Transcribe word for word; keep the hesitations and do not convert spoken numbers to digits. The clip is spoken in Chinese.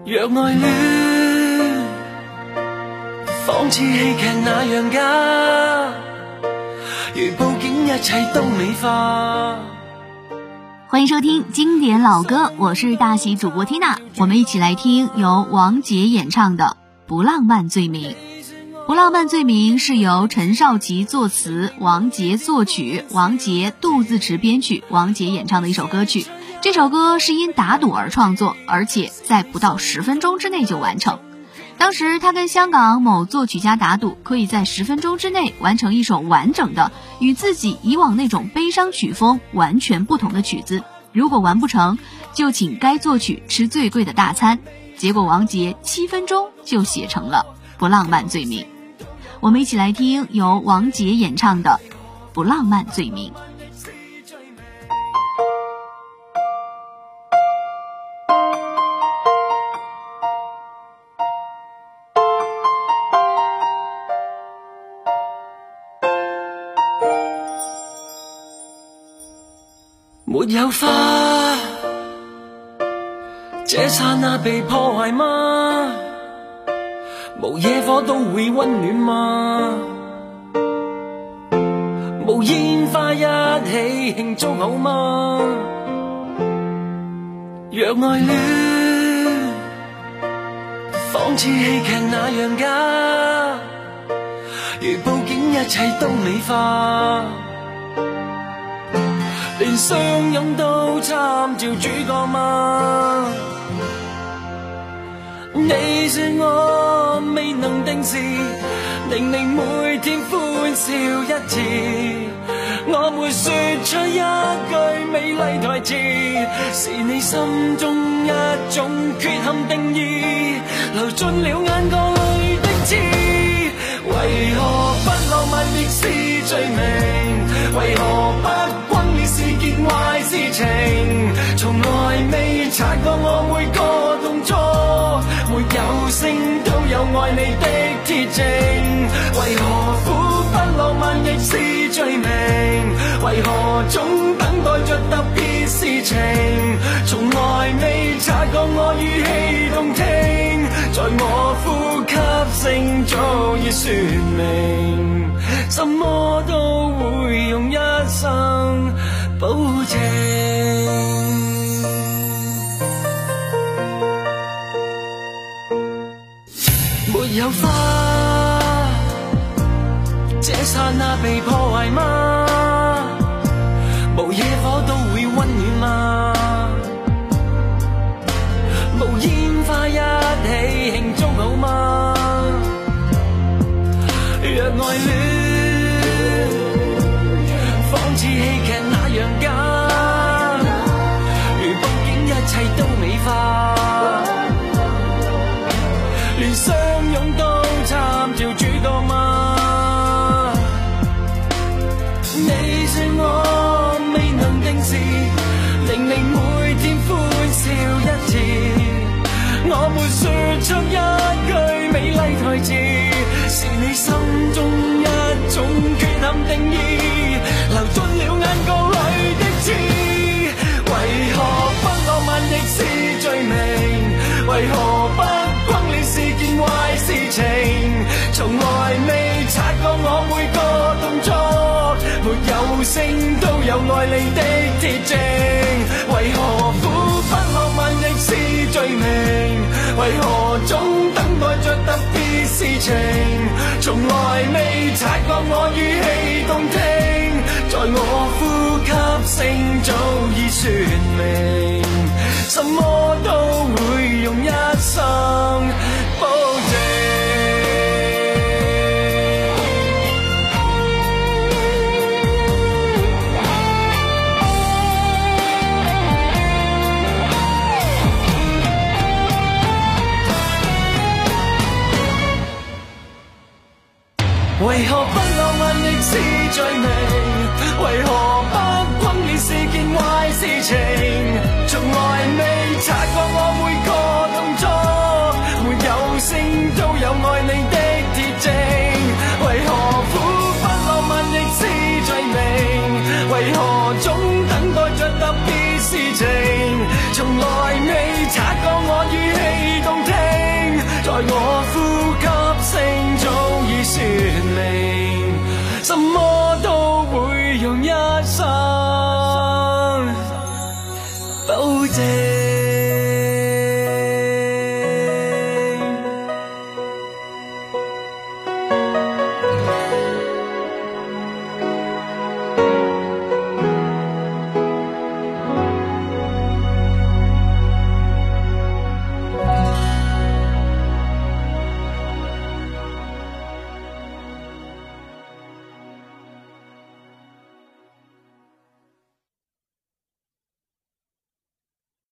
若愛戀仿似戲劇那樣假，如佈景一切都美化。 歡迎收聽經典老歌，我是大喜主播 Tina， 我們一起來聽由王傑演唱的《不浪漫罪名》。不浪漫罪名是由陳少琪作詞，王傑作曲，王傑杜自持編曲，王傑演唱的一首歌曲。這首歌是因打賭而創作，而且在不到十分鐘之內就完成。當時他跟香港某作曲家打賭，可以在十分鐘之內完成一首完整的，與自己以往那種悲傷曲風完全不同的曲子。如果完不成，就請該作曲吃最貴的大餐。結果王傑七分鐘就寫成了《不浪漫罪名》。我們一起來聽由王傑演唱的《不浪漫罪名》。 沒有花，這剎那被破壞嗎？無野火都會溫暖嗎？無煙花一起慶祝好嗎？若愛戀仿似戲劇那樣假，如佈景一切都美化，連相擁都參照主角嗎？你說我未能定時，令你每天歡笑一次，我沒說出一句美麗台詞，是你心中一種缺陷定義，流進了眼角裏的刺。為何不浪漫亦是罪名？為何不轟烈是件壞事情？從來未察覺我每個動作，沒有聲都有愛你的鐵證。為何苦不浪漫亦是罪名？為何總等待着特別事情？從來未察覺我語氣動聽，在我呼吸聲早已說明，什麼都會用一生保證。沒有花，這剎那被破壞嗎？無野火都會溫暖嗎？無煙花一起慶祝好嗎？若愛戀仿似戲劇那樣假，如佈景一切都美化，連相擁都參照主角嗎？你說我未能定時，令你每天歡笑一次，我沒說出一句美麗台詞，是你心中一種缺陷定義，流進了眼角裏的刺。為何不浪漫亦是罪名？為何不轟烈是件壞事情？從來未察覺我每個動作，沒有聲都有愛你的鐵證。為何苦不浪漫亦是罪名？為何總等待着特別事情？從來未察覺我語氣動聽，在我呼吸聲早已說明，什麼都會用一生保證。為何不浪漫亦是罪名？為何不轟烈是件壞事情？從來未察覺我每個動作，沒有聲都有愛你的鐵證。為何苦不浪漫亦是罪名？為何總等待着特別事情？從來未察覺我語氣動什麼都會用一生保證。